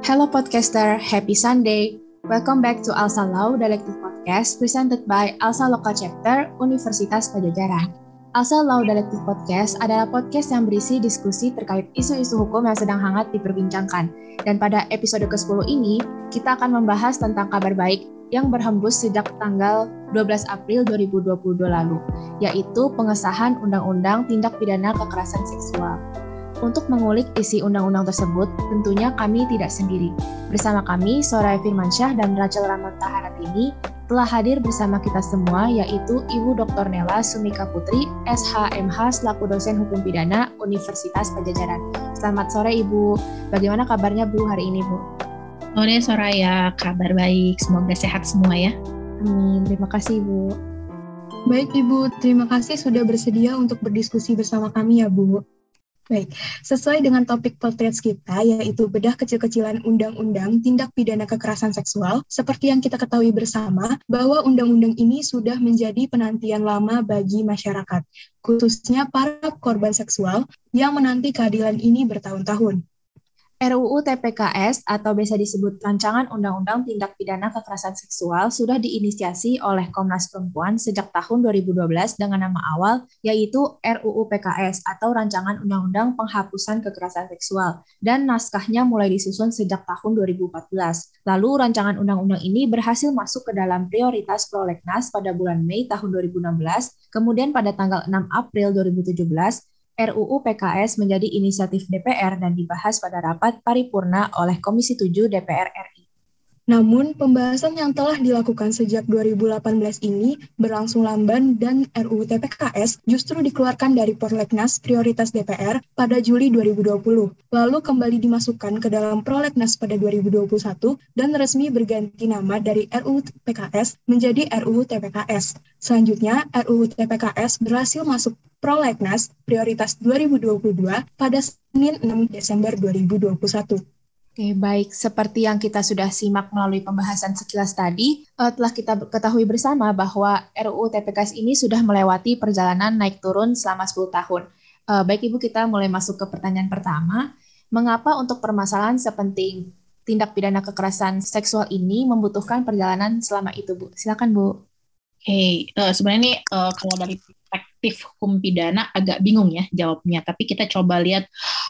Hello podcaster, happy Sunday. Welcome back to Alsa Law Dialektif Podcast presented by Alsa Local Chapter Universitas Padjadjaran. Alsa Law Dialektif Podcast adalah podcast yang berisi diskusi terkait isu-isu hukum yang sedang hangat diperbincangkan. Dan pada episode ke-10 ini, kita akan membahas tentang kabar baik yang berhembus sejak tanggal 12 April 2022 lalu, yaitu pengesahan Undang-Undang Tindak Pidana Kekerasan Seksual. Untuk mengulik isi undang-undang tersebut, tentunya kami tidak sendiri. Bersama kami, Soraya Firmansyah dan Rachel Ramantaharatini telah hadir bersama kita semua, yaitu Ibu Dr. Nela Sumika Putri, SHMH selaku dosen hukum pidana Universitas Padjadjaran. Selamat sore Ibu. Bagaimana kabarnya Bu hari ini Bu? Sore Soraya, kabar baik. Semoga sehat semua ya. Amin. Terima kasih Bu. Baik Ibu, terima kasih sudah bersedia untuk berdiskusi bersama kami ya Bu. Baik, sesuai dengan topik podcast kita, yaitu bedah kecil-kecilan Undang-Undang Tindak Pidana Kekerasan Seksual, seperti yang kita ketahui bersama, bahwa undang-undang ini sudah menjadi penantian lama bagi masyarakat, khususnya para korban seksual yang menanti keadilan ini bertahun-tahun. RUU TPKS atau biasa disebut Rancangan Undang-Undang Tindak Pidana Kekerasan Seksual sudah diinisiasi oleh Komnas Perempuan sejak tahun 2012 dengan nama awal yaitu RUU PKS atau Rancangan Undang-Undang Penghapusan Kekerasan Seksual dan naskahnya mulai disusun sejak tahun 2014. Lalu rancangan undang-undang ini berhasil masuk ke dalam prioritas prolegnas pada bulan Mei tahun 2016, kemudian pada tanggal 6 April 2017 RUU PKS menjadi inisiatif DPR dan dibahas pada rapat paripurna oleh Komisi 7 DPR RI. Namun, pembahasan yang telah dilakukan sejak 2018 ini berlangsung lamban dan RUU TPKS justru dikeluarkan dari prolegnas prioritas DPR pada Juli 2020, lalu kembali dimasukkan ke dalam prolegnas pada 2021 dan resmi berganti nama dari RUU PKS menjadi RUU TPKS. Selanjutnya, RUU TPKS berhasil masuk prolegnas prioritas 2022 pada Senin 6 Desember 2021. Oke, baik. Seperti yang kita sudah simak melalui pembahasan sekilas tadi, telah kita ketahui bersama bahwa RUU TPKS ini sudah melewati perjalanan naik turun selama 10 tahun. Baik Ibu, kita mulai masuk ke pertanyaan pertama. Mengapa untuk permasalahan sepenting tindak pidana kekerasan seksual ini membutuhkan perjalanan selama itu, Bu? Silakan, Bu. Sebenarnya ini kalau dari perspektif hukum pidana agak bingung ya jawabnya, tapi kita coba lihat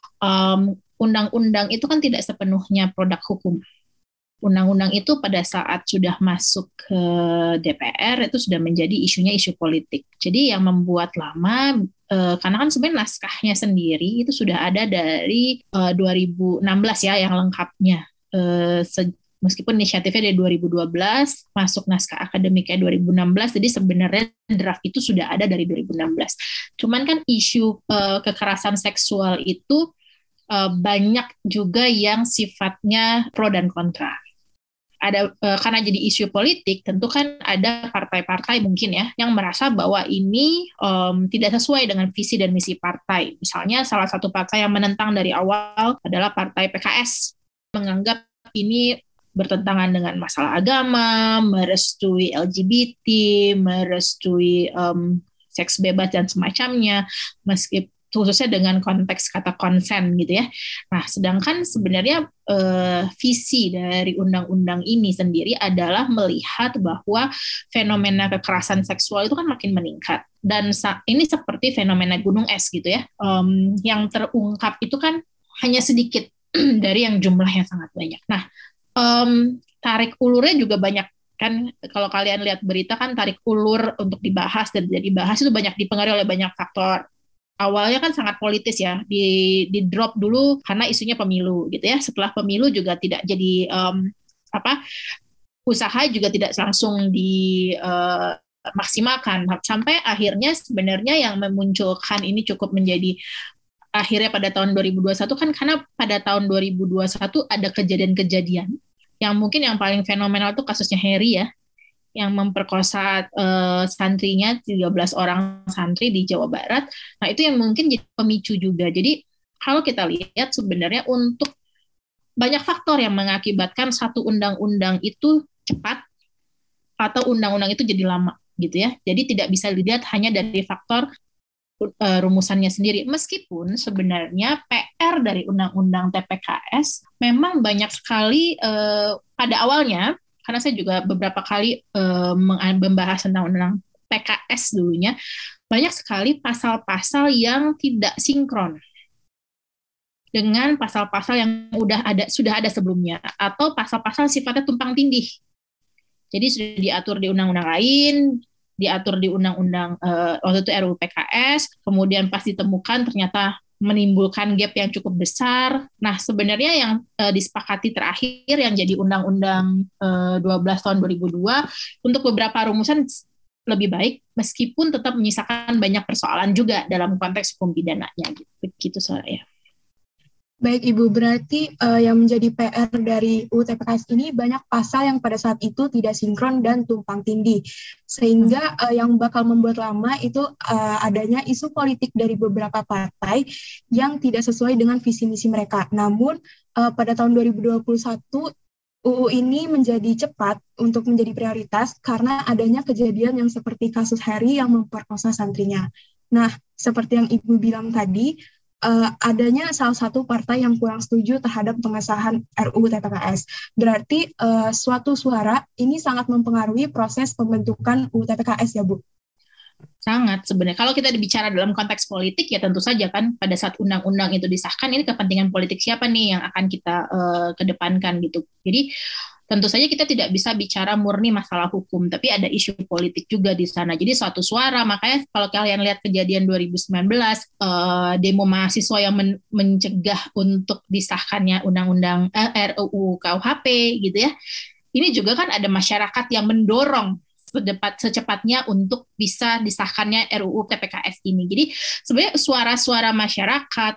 undang-undang itu kan tidak sepenuhnya produk hukum. Undang-undang itu pada saat sudah masuk ke DPR itu sudah menjadi isunya isu politik. Jadi yang membuat lama karena kan sebenarnya naskahnya sendiri itu sudah ada dari 2016 ya yang lengkapnya. Meskipun inisiatifnya dari 2012, masuk naskah akademiknya 2016, jadi sebenarnya draft itu sudah ada dari 2016. Cuman kan isu kekerasan seksual itu banyak juga yang sifatnya pro dan kontra. Karena jadi isu politik, tentu kan ada partai-partai mungkin ya yang merasa bahwa ini tidak sesuai dengan visi dan misi partai. Misalnya salah satu partai yang menentang dari awal adalah partai PKS, menganggap ini bertentangan dengan masalah agama, merestui LGBT, merestui seks bebas dan semacamnya, meskipun khususnya dengan konteks kata konsen gitu ya. Nah, sedangkan sebenarnya visi dari undang-undang ini sendiri adalah melihat bahwa fenomena kekerasan seksual itu kan makin meningkat. Dan ini seperti fenomena gunung es gitu ya. Yang terungkap itu kan hanya sedikit dari yang jumlahnya sangat banyak. Nah, tarik ulurnya juga banyak kan, kalau kalian lihat berita kan tarik ulur untuk dibahas dan jadi bahas itu banyak dipengaruhi oleh banyak faktor. Awalnya kan sangat politis ya, di drop dulu karena isunya pemilu gitu ya. Setelah pemilu juga tidak jadi usaha juga tidak langsung dimaksimalkan sampai akhirnya sebenarnya yang memunculkan ini cukup menjadi akhirnya pada tahun 2021 kan karena pada tahun 2021 ada kejadian-kejadian yang mungkin yang paling fenomenal itu kasusnya Harry ya, yang memperkosa santrinya 13 orang santri di Jawa Barat. Nah, itu yang mungkin jadi pemicu juga. Jadi, kalau kita lihat sebenarnya untuk banyak faktor yang mengakibatkan satu undang-undang itu cepat atau undang-undang itu jadi lama gitu ya. Jadi tidak bisa dilihat hanya dari faktor rumusannya sendiri. Meskipun sebenarnya PR dari Undang-Undang TPKS memang banyak sekali pada awalnya, karena saya juga beberapa kali membahas tentang Undang PKS dulunya, banyak sekali pasal-pasal yang tidak sinkron dengan pasal-pasal yang sudah ada sebelumnya, atau pasal-pasal sifatnya tumpang tindih. Jadi sudah diatur di undang-undang lain, diatur di undang-undang waktu itu RUU PKS, kemudian pas ditemukan ternyata menimbulkan gap yang cukup besar. Nah, sebenarnya yang disepakati terakhir yang jadi Undang-Undang 12 tahun 2002 untuk beberapa rumusan lebih baik, meskipun tetap menyisakan banyak persoalan juga dalam konteks hukum pidananya. Begitu Soraya. Baik Ibu, berarti yang menjadi PR dari UU TPKS ini banyak pasal yang pada saat itu tidak sinkron dan tumpang tindih. Sehingga yang bakal membuat lama itu adanya isu politik dari beberapa partai yang tidak sesuai dengan visi misi mereka. Namun pada tahun 2021 UU ini menjadi cepat untuk menjadi prioritas karena adanya kejadian yang seperti kasus Harry yang memperkosa santrinya. Nah, seperti yang Ibu bilang tadi, adanya salah satu partai yang kurang setuju terhadap pengesahan RUU TPKS. Berarti suatu suara ini sangat mempengaruhi proses pembentukan UU TPKS ya Bu? Sangat sebenarnya. Kalau kita bicara dalam konteks politik ya tentu saja kan pada saat undang-undang itu disahkan ini kepentingan politik siapa nih yang akan kita kedepankan gitu. Jadi tentu saja kita tidak bisa bicara murni masalah hukum, tapi ada isu politik juga di sana. Jadi suatu suara, makanya kalau kalian lihat kejadian 2019, demo mahasiswa yang mencegah untuk disahkannya undang-undang RUU KUHP gitu ya. Ini juga kan ada masyarakat yang mendorong secepatnya untuk bisa disahkannya RUU TPKS ini. Jadi sebenarnya suara-suara masyarakat,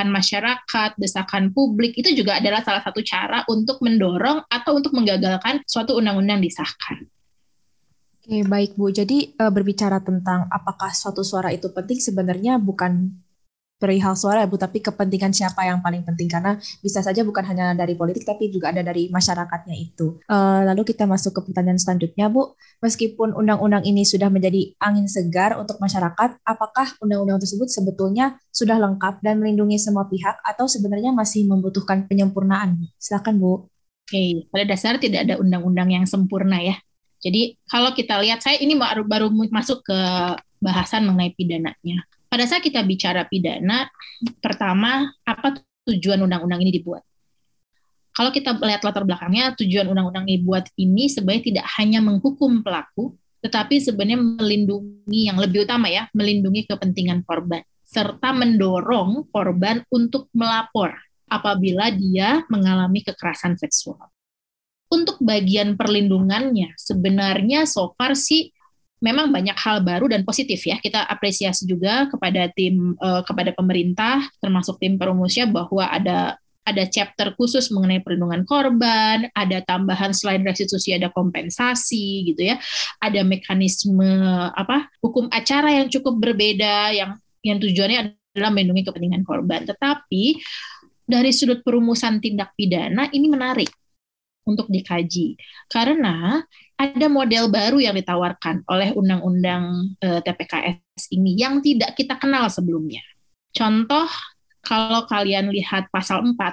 desakan publik itu juga adalah salah satu cara untuk mendorong atau untuk menggagalkan suatu undang-undang disahkan. Oke, baik Bu. Jadi berbicara tentang apakah suatu suara itu penting sebenarnya bukan perihal suara ya Bu, tapi kepentingan siapa yang paling penting, karena bisa saja bukan hanya dari politik tapi juga ada dari masyarakatnya itu. Lalu kita masuk ke pertanyaan selanjutnya Bu, meskipun undang-undang ini sudah menjadi angin segar untuk masyarakat, apakah undang-undang tersebut sebetulnya sudah lengkap dan melindungi semua pihak atau sebenarnya masih membutuhkan penyempurnaan? Silakan Bu. Oke, pada dasarnya tidak ada undang-undang yang sempurna ya. Jadi kalau kita lihat, saya ini baru masuk ke bahasan mengenai pidananya. Pada saat kita bicara pidana, pertama, apa tujuan undang-undang ini dibuat? Kalau kita lihat latar belakangnya, tujuan undang-undang ini dibuat ini sebenarnya tidak hanya menghukum pelaku, tetapi sebenarnya melindungi yang lebih utama ya, melindungi kepentingan korban, serta mendorong korban untuk melapor apabila dia mengalami kekerasan seksual. Untuk bagian perlindungannya, sebenarnya so far sih memang banyak hal baru dan positif ya. Kita apresiasi juga kepada kepada pemerintah termasuk tim perumusnya bahwa ada chapter khusus mengenai perlindungan korban, ada tambahan selain restitusi ada kompensasi gitu ya. Ada mekanisme hukum acara yang cukup berbeda yang tujuannya adalah melindungi kepentingan korban. Tetapi dari sudut perumusan tindak pidana ini menarik untuk dikaji karena ada model baru yang ditawarkan oleh Undang-Undang TPKS ini yang tidak kita kenal sebelumnya. Contoh, kalau kalian lihat pasal 4,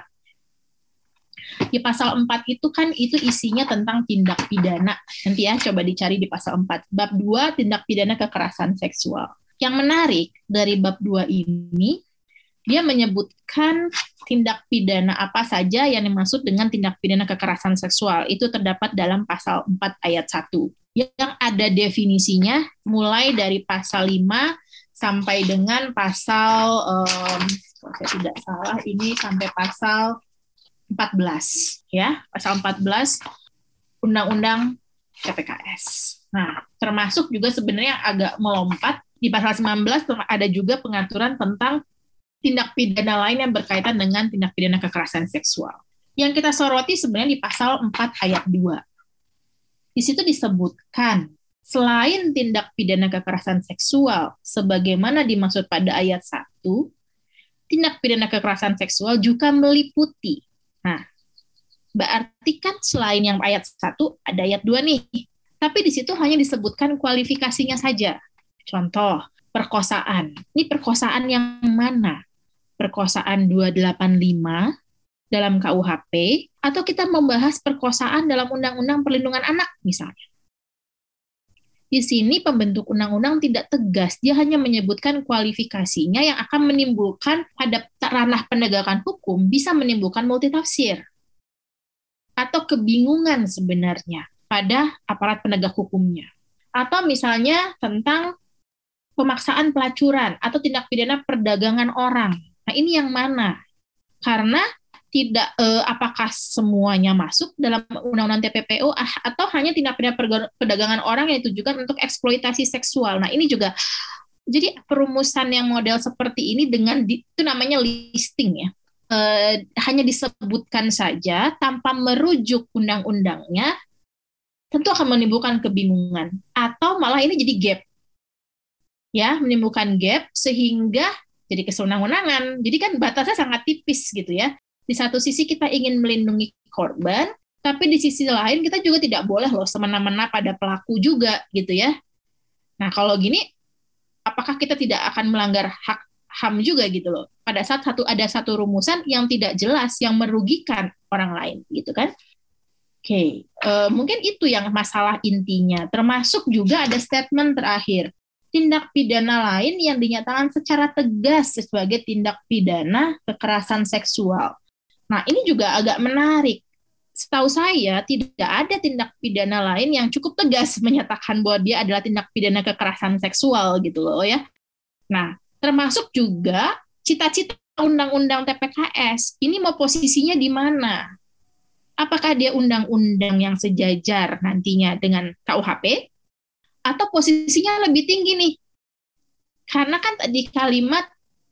di pasal 4 itu kan itu isinya tentang tindak pidana. Nanti ya coba dicari di pasal 4. Bab 2, tindak pidana kekerasan seksual. Yang menarik dari bab 2 ini, dia menyebutkan tindak pidana apa saja yang dimaksud dengan tindak pidana kekerasan seksual. Itu terdapat dalam pasal 4 ayat 1. Yang ada definisinya mulai dari pasal 5 sampai dengan pasal, kalau saya tidak salah, ini sampai pasal 14. Ya, pasal 14 Undang-Undang TPKS. Nah, termasuk juga sebenarnya agak melompat, di pasal 19 ada juga pengaturan tentang tindak pidana lain yang berkaitan dengan tindak pidana kekerasan seksual. Yang kita soroti sebenarnya di pasal 4 ayat 2. Di situ disebutkan, selain tindak pidana kekerasan seksual, sebagaimana dimaksud pada ayat 1, tindak pidana kekerasan seksual juga meliputi. Nah, berarti kan selain yang ayat 1, ada ayat 2 nih. Tapi di situ hanya disebutkan kualifikasinya saja. Contoh, perkosaan. Ini perkosaan yang mana? Perkosaan 285 dalam KUHP, atau kita membahas perkosaan dalam Undang-Undang Perlindungan Anak misalnya. Di sini pembentuk undang-undang tidak tegas, dia hanya menyebutkan kualifikasinya yang akan menimbulkan pada ranah penegakan hukum, bisa menimbulkan multitafsir atau kebingungan sebenarnya pada aparat penegak hukumnya. Atau misalnya tentang pemaksaan pelacuran atau tindak pidana perdagangan orang. Nah, ini yang mana? Karena tidak apakah semuanya masuk dalam Undang-Undang TPPO atau hanya tindak pidana perdagangan orang yang ditujukan untuk eksploitasi seksual. Nah, ini juga jadi perumusan yang model seperti ini dengan itu namanya listing ya. Hanya disebutkan saja tanpa merujuk undang-undangnya, tentu akan menimbulkan kebingungan atau malah ini jadi gap. Ya, menimbulkan gap sehingga jadi kesewenang-wenangan. Jadi kan batasnya sangat tipis gitu ya. Di satu sisi kita ingin melindungi korban, tapi di sisi lain kita juga tidak boleh loh semena-mena pada pelaku juga gitu ya. Nah, kalau gini, apakah kita tidak akan melanggar hak HAM juga gitu loh? Pada saat ada satu rumusan yang tidak jelas, yang merugikan orang lain gitu kan? Oke, mungkin itu yang masalah intinya. Termasuk juga ada statement terakhir. Tindak pidana lain yang dinyatakan secara tegas sebagai tindak pidana kekerasan seksual. Nah, ini juga agak menarik. Setahu saya, tidak ada tindak pidana lain yang cukup tegas menyatakan bahwa dia adalah tindak pidana kekerasan seksual gitu loh ya. Nah, termasuk juga cita-cita undang-undang TPKS. Ini mau posisinya di mana? Apakah dia undang-undang yang sejajar nantinya dengan KUHP? Atau posisinya lebih tinggi nih? Karena kan tadi kalimat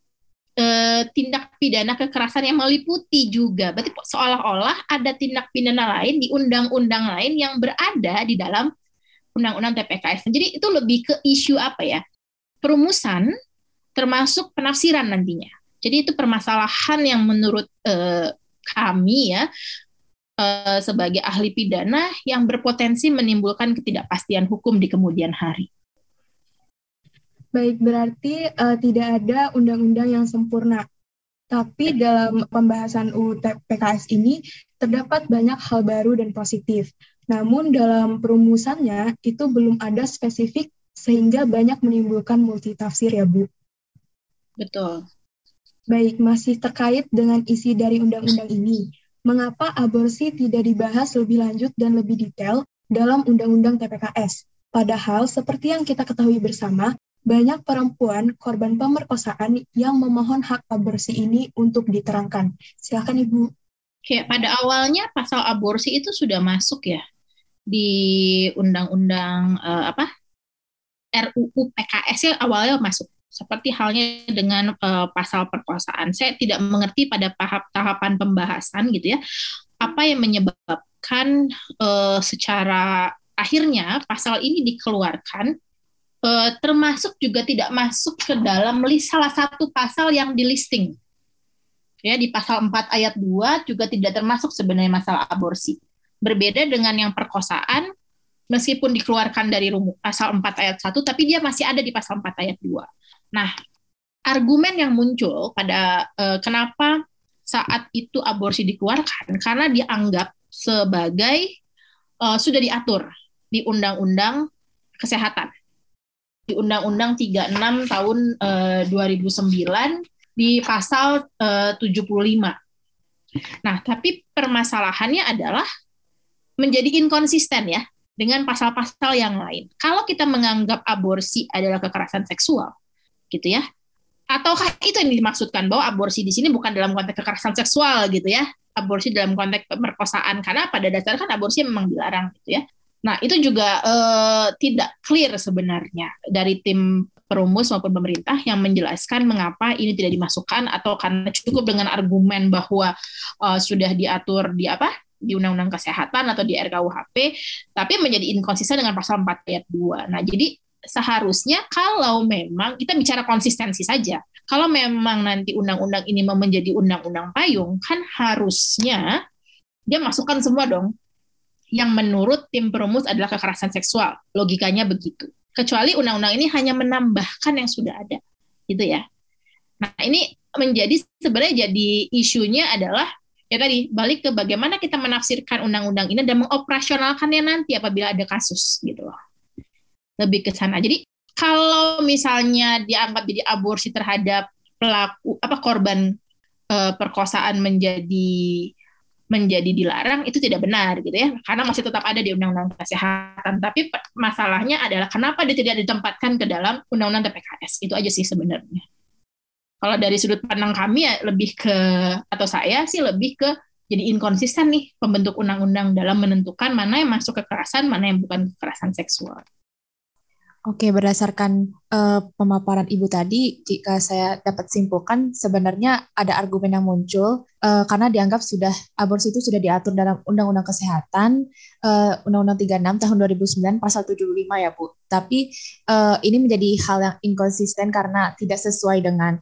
tindak pidana kekerasan yang meliputi juga. Berarti seolah-olah ada tindak pidana lain di undang-undang lain yang berada di dalam undang-undang TPKS. Jadi itu lebih ke isu apa ya? Perumusan termasuk penafsiran nantinya. Jadi itu permasalahan yang menurut kami ya sebagai ahli pidana yang berpotensi menimbulkan ketidakpastian hukum di kemudian hari. Baik, berarti tidak ada undang-undang yang sempurna. Tapi dalam pembahasan UU TPKS ini terdapat banyak hal baru dan positif. Namun dalam perumusannya itu belum ada spesifik sehingga banyak menimbulkan multitafsir ya Bu. Betul. Baik, masih terkait dengan isi dari undang-undang ini. Mengapa aborsi tidak dibahas lebih lanjut dan lebih detail dalam undang-undang TPKS? Padahal seperti yang kita ketahui bersama, banyak perempuan korban pemerkosaan yang memohon hak aborsi ini untuk diterangkan. Silakan Ibu. Oke, pada awalnya pasal aborsi itu sudah masuk ya di undang-undang RUU PKS ya awalnya masuk. Seperti halnya dengan pasal perkosaan. Saya tidak mengerti pada tahapan pembahasan gitu ya. Apa yang menyebabkan secara akhirnya pasal ini dikeluarkan termasuk juga tidak masuk ke dalam salah satu pasal yang di listing. Ya, di pasal 4 ayat 2 juga tidak termasuk sebenarnya masalah aborsi. Berbeda dengan yang perkosaan, meskipun dikeluarkan dari pasal 4 ayat 1, tapi dia masih ada di pasal 4 ayat 2. Nah, argumen yang muncul pada kenapa saat itu aborsi dikeluarkan, karena dianggap sebagai sudah diatur di Undang-Undang Kesehatan. Di Undang-Undang 36 tahun 2009 di pasal 75. Nah, tapi permasalahannya adalah menjadi inkonsisten ya dengan pasal-pasal yang lain. Kalau kita menganggap aborsi adalah kekerasan seksual, gitu ya, ataukah itu yang dimaksudkan bahwa aborsi di sini bukan dalam konteks kekerasan seksual gitu ya, aborsi dalam konteks pemerkosaan, karena pada dasarnya kan aborsi memang dilarang gitu ya. Nah, itu juga tidak clear sebenarnya dari tim perumus maupun pemerintah yang menjelaskan mengapa ini tidak dimasukkan atau karena cukup dengan argumen bahwa sudah diatur di Undang-Undang Kesehatan atau di RKUHP, tapi menjadi inkonsisten dengan pasal 4 ayat 2. Nah, jadi seharusnya kalau memang kita bicara konsistensi saja, kalau memang nanti undang-undang ini mau menjadi undang-undang payung, kan harusnya dia masukkan semua dong yang menurut tim perumus adalah kekerasan seksual. Logikanya begitu. kecuali undang-undang ini hanya menambahkan yang sudah ada, gitu ya. Nah, ini menjadi sebenarnya jadi isunya adalah ya tadi balik ke bagaimana kita menafsirkan undang-undang ini dan mengoperasionalkannya nanti apabila ada kasus gitu loh. Lebih ke sana. Jadi kalau misalnya dianggap jadi aborsi terhadap pelaku korban perkosaan menjadi dilarang, itu tidak benar gitu ya, karena masih tetap ada di Undang-Undang Kesehatan. Tapi masalahnya adalah kenapa dia tidak ditempatkan ke dalam Undang-Undang TPKS, itu aja sih sebenarnya. Kalau dari sudut pandang kami ya lebih ke, atau saya sih lebih ke jadi inkonsisten nih pembentuk undang-undang dalam menentukan mana yang masuk kekerasan, mana yang bukan kekerasan seksual. Oke, berdasarkan pemaparan Ibu tadi, jika saya dapat simpulkan, sebenarnya ada argumen yang muncul karena dianggap aborsi itu sudah diatur dalam Undang-Undang Kesehatan, Undang-Undang 36 tahun 2009 pasal 75 ya Bu. Tapi ini menjadi hal yang inkonsisten karena tidak sesuai dengan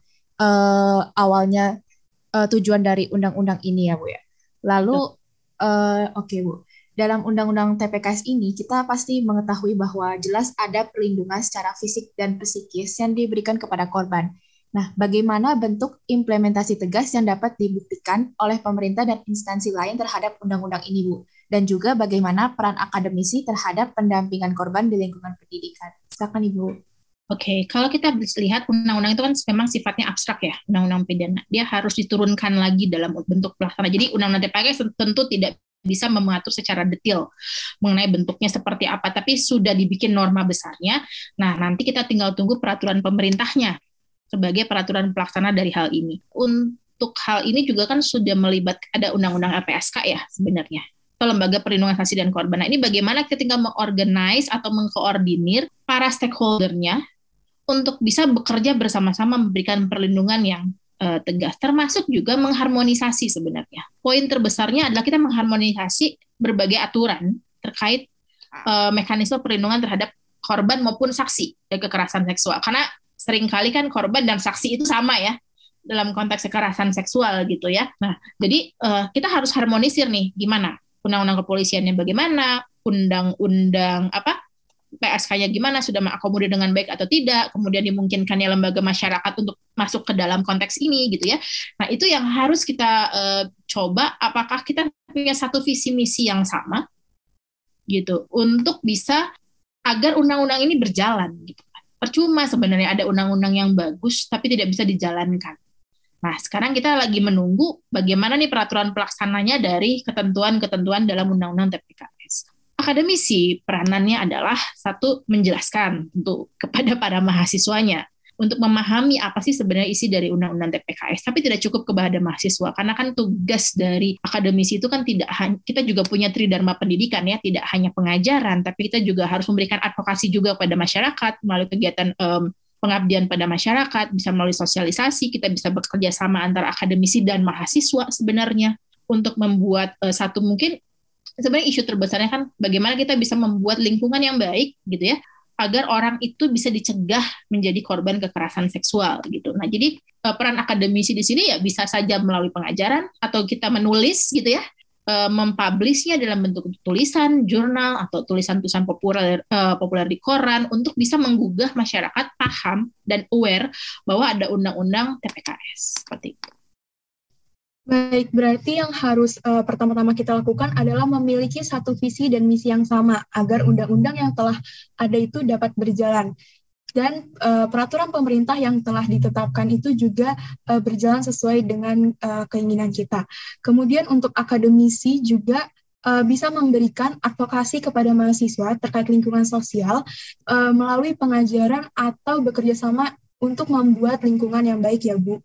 awalnya tujuan dari undang-undang ini ya Bu ya. Lalu, oke Bu. Dalam Undang-Undang TPKS ini, kita pasti mengetahui bahwa jelas ada perlindungan secara fisik dan psikis yang diberikan kepada korban. Nah, bagaimana bentuk implementasi tegas yang dapat dibuktikan oleh pemerintah dan instansi lain terhadap Undang-Undang ini, Bu? Dan juga bagaimana peran akademisi terhadap pendampingan korban di lingkungan pendidikan? Silakan, Ibu. Oke, kalau kita lihat undang-undang itu kan memang sifatnya abstrak ya, undang-undang pidana. Dia harus diturunkan lagi dalam bentuk pelaksana. Jadi undang-undang TPKS tentu tidak bisa mengatur secara detail mengenai bentuknya seperti apa, tapi sudah dibikin norma besarnya. Nah, nanti kita tinggal tunggu peraturan pemerintahnya sebagai peraturan pelaksana dari hal ini. Untuk hal ini juga kan sudah ada undang-undang LPSK ya sebenarnya, atau Lembaga Perlindungan Saksi dan Korban. Nah, ini bagaimana kita tinggal mengorganize atau mengkoordinir para stakeholder-nya untuk bisa bekerja bersama-sama memberikan perlindungan yang tegas, termasuk juga mengharmonisasi sebenarnya. Poin terbesarnya adalah kita mengharmonisasi berbagai aturan terkait mekanisme perlindungan terhadap korban maupun saksi dari kekerasan seksual. Karena seringkali kan korban dan saksi itu sama ya dalam konteks kekerasan seksual gitu ya. Nah, jadi kita harus harmonisir nih gimana undang-undang kepolisiannya bagaimana, undang-undang PSK-nya gimana, sudah mengakomodir dengan baik atau tidak, kemudian dimungkinkannya lembaga masyarakat untuk masuk ke dalam konteks ini gitu ya. Nah, itu yang harus kita coba, apakah kita punya satu visi misi yang sama gitu untuk bisa agar undang-undang ini berjalan gitu. Percuma sebenarnya ada undang-undang yang bagus tapi tidak bisa dijalankan. Nah, sekarang kita lagi menunggu bagaimana nih peraturan pelaksananya dari ketentuan-ketentuan dalam undang-undang TPKS. Akademisi peranannya adalah satu, menjelaskan untuk kepada para mahasiswanya untuk memahami apa sih sebenarnya isi dari undang-undang TPKS, tapi tidak cukup kepada mahasiswa karena kan tugas dari akademisi itu kan tidak hanya, kita juga punya tridharma pendidikan ya, tidak hanya pengajaran tapi kita juga harus memberikan advokasi juga kepada masyarakat melalui kegiatan pengabdian pada masyarakat, bisa melalui sosialisasi, kita bisa bekerja sama antara akademisi dan mahasiswa sebenarnya untuk membuat satu, mungkin sebenarnya isu terbesarnya kan bagaimana kita bisa membuat lingkungan yang baik gitu ya, agar orang itu bisa dicegah menjadi korban kekerasan seksual gitu. Nah, jadi peran akademisi di sini ya bisa saja melalui pengajaran atau kita menulis gitu ya, mempublishnya dalam bentuk tulisan, jurnal atau tulisan-tulisan populer di koran untuk bisa menggugah masyarakat paham dan aware bahwa ada undang-undang TPKS seperti itu. Baik, berarti yang harus pertama-tama kita lakukan adalah memiliki satu visi dan misi yang sama agar undang-undang yang telah ada itu dapat berjalan. Dan peraturan pemerintah yang telah ditetapkan itu juga berjalan sesuai dengan keinginan kita. Kemudian untuk akademisi juga bisa memberikan advokasi kepada mahasiswa terkait lingkungan sosial melalui pengajaran atau bekerja sama untuk membuat lingkungan yang baik ya Bu.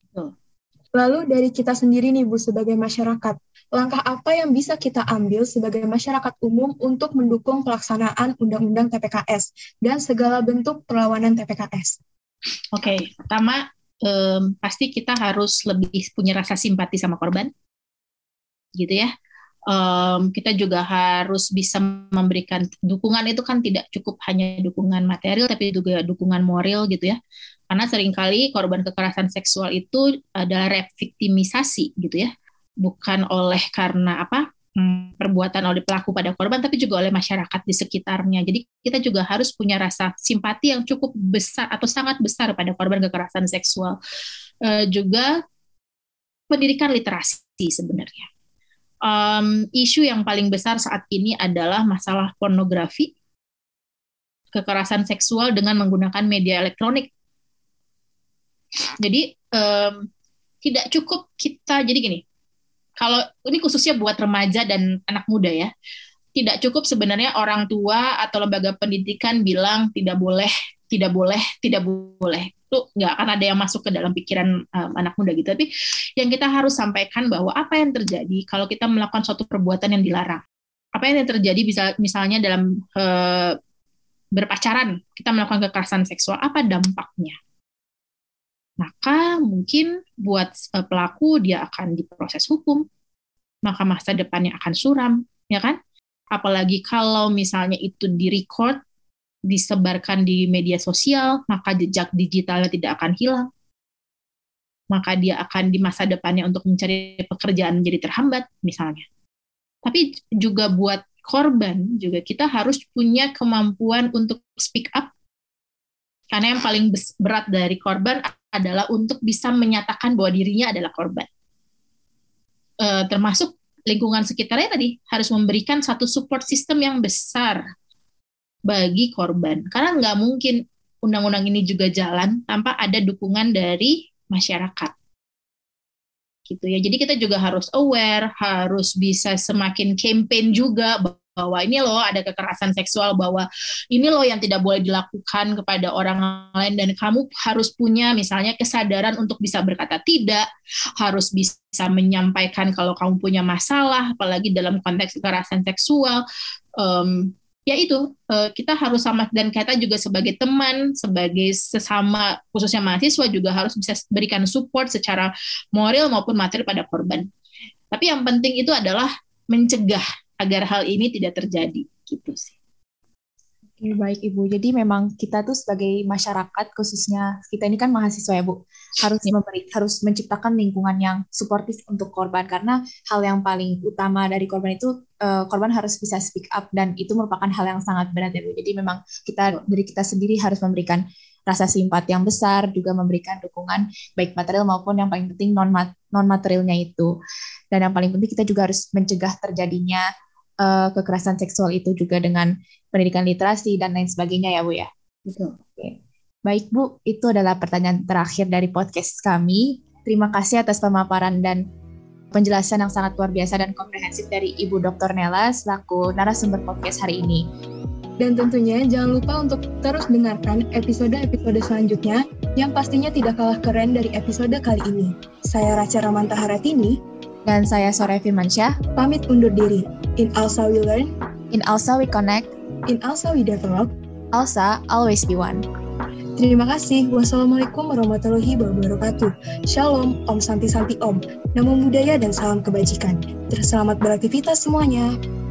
Lalu dari kita sendiri nih Bu sebagai masyarakat, langkah apa yang bisa kita ambil sebagai masyarakat umum untuk mendukung pelaksanaan Undang-Undang TPKS dan segala bentuk perlawanan TPKS? Oke, pertama pasti kita harus lebih punya rasa simpati sama korban, gitu ya. Kita juga harus bisa memberikan dukungan, itu kan tidak cukup hanya dukungan material tapi juga dukungan moral gitu ya. Karena seringkali korban kekerasan seksual itu adalah reviktimisasi gitu ya. Bukan oleh karena perbuatan oleh pelaku pada korban, tapi juga oleh masyarakat di sekitarnya. Jadi kita juga harus punya rasa simpati yang cukup besar atau sangat besar pada korban kekerasan seksual. Juga pendidikan literasi sebenarnya. Isu yang paling besar saat ini adalah masalah pornografi, kekerasan seksual dengan menggunakan media elektronik. Jadi tidak cukup kita, jadi gini, kalau ini khususnya buat remaja dan anak muda ya, tidak cukup sebenarnya orang tua atau lembaga pendidikan bilang tidak boleh. Itu nggak akan ada yang masuk ke dalam pikiran anak muda gitu. Tapi yang kita harus sampaikan bahwa apa yang terjadi kalau kita melakukan suatu perbuatan yang dilarang. Apa yang terjadi misalnya dalam berpacaran, kita melakukan kekerasan seksual, apa dampaknya? Maka mungkin buat pelaku dia akan diproses hukum, maka masa depannya akan suram, ya kan? Apalagi kalau misalnya itu di-record, disebarkan di media sosial, maka jejak digitalnya tidak akan hilang. Maka dia akan di masa depannya untuk mencari pekerjaan menjadi terhambat, misalnya. Tapi juga buat korban, juga kita harus punya kemampuan untuk speak up, karena yang paling berat dari korban adalah untuk bisa menyatakan bahwa dirinya adalah korban. Termasuk lingkungan sekitarnya tadi harus memberikan satu support system yang besar bagi korban. Karena nggak mungkin undang-undang ini juga jalan tanpa ada dukungan dari masyarakat. Gitu ya. Jadi kita juga harus aware, harus bisa semakin campaign juga bahwa ini loh ada kekerasan seksual, bahwa ini loh yang tidak boleh dilakukan kepada orang lain, dan kamu harus punya misalnya kesadaran untuk bisa berkata tidak, harus bisa menyampaikan kalau kamu punya masalah, apalagi dalam konteks kekerasan seksual. Ya itu, kita harus sama, dan kita juga sebagai teman, sebagai sesama, khususnya mahasiswa juga harus bisa berikan support secara moral maupun materi pada korban. Tapi yang penting itu adalah mencegah agar hal ini tidak terjadi, gitu sih. Oke, baik Ibu. Jadi memang kita tuh sebagai masyarakat, khususnya kita ini kan mahasiswa ya Bu, harus menciptakan lingkungan yang suportif untuk korban, karena hal yang paling utama dari korban itu korban harus bisa speak up, dan itu merupakan hal yang sangat berat ya Bu. Jadi memang dari kita sendiri harus memberikan rasa simpati yang besar, juga memberikan dukungan baik material maupun yang paling penting non materialnya itu. Dan yang paling penting kita juga harus mencegah terjadinya kekerasan seksual itu juga dengan pendidikan literasi dan lain sebagainya ya Bu ya. Betul. Oke. Baik Bu, itu adalah pertanyaan terakhir dari podcast kami. Terima kasih atas pemaparan dan penjelasan yang sangat luar biasa dan komprehensif dari Ibu Dr. Nela selaku narasumber podcast hari ini. Dan tentunya jangan lupa untuk terus dengarkan episode-episode selanjutnya yang pastinya tidak kalah keren dari episode kali ini. Saya Racha Ramanta Haratini. Dan saya Soraya Firmansyah. Pamit undur diri. In ALSA we learn. In ALSA we connect. In ALSA we develop. ALSA always be one. Terima kasih. Wassalamualaikum warahmatullahi wabarakatuh. Shalom, Om Santi Santi Om. Namo Buddhaya dan salam kebajikan. Selamat beraktivitas semuanya.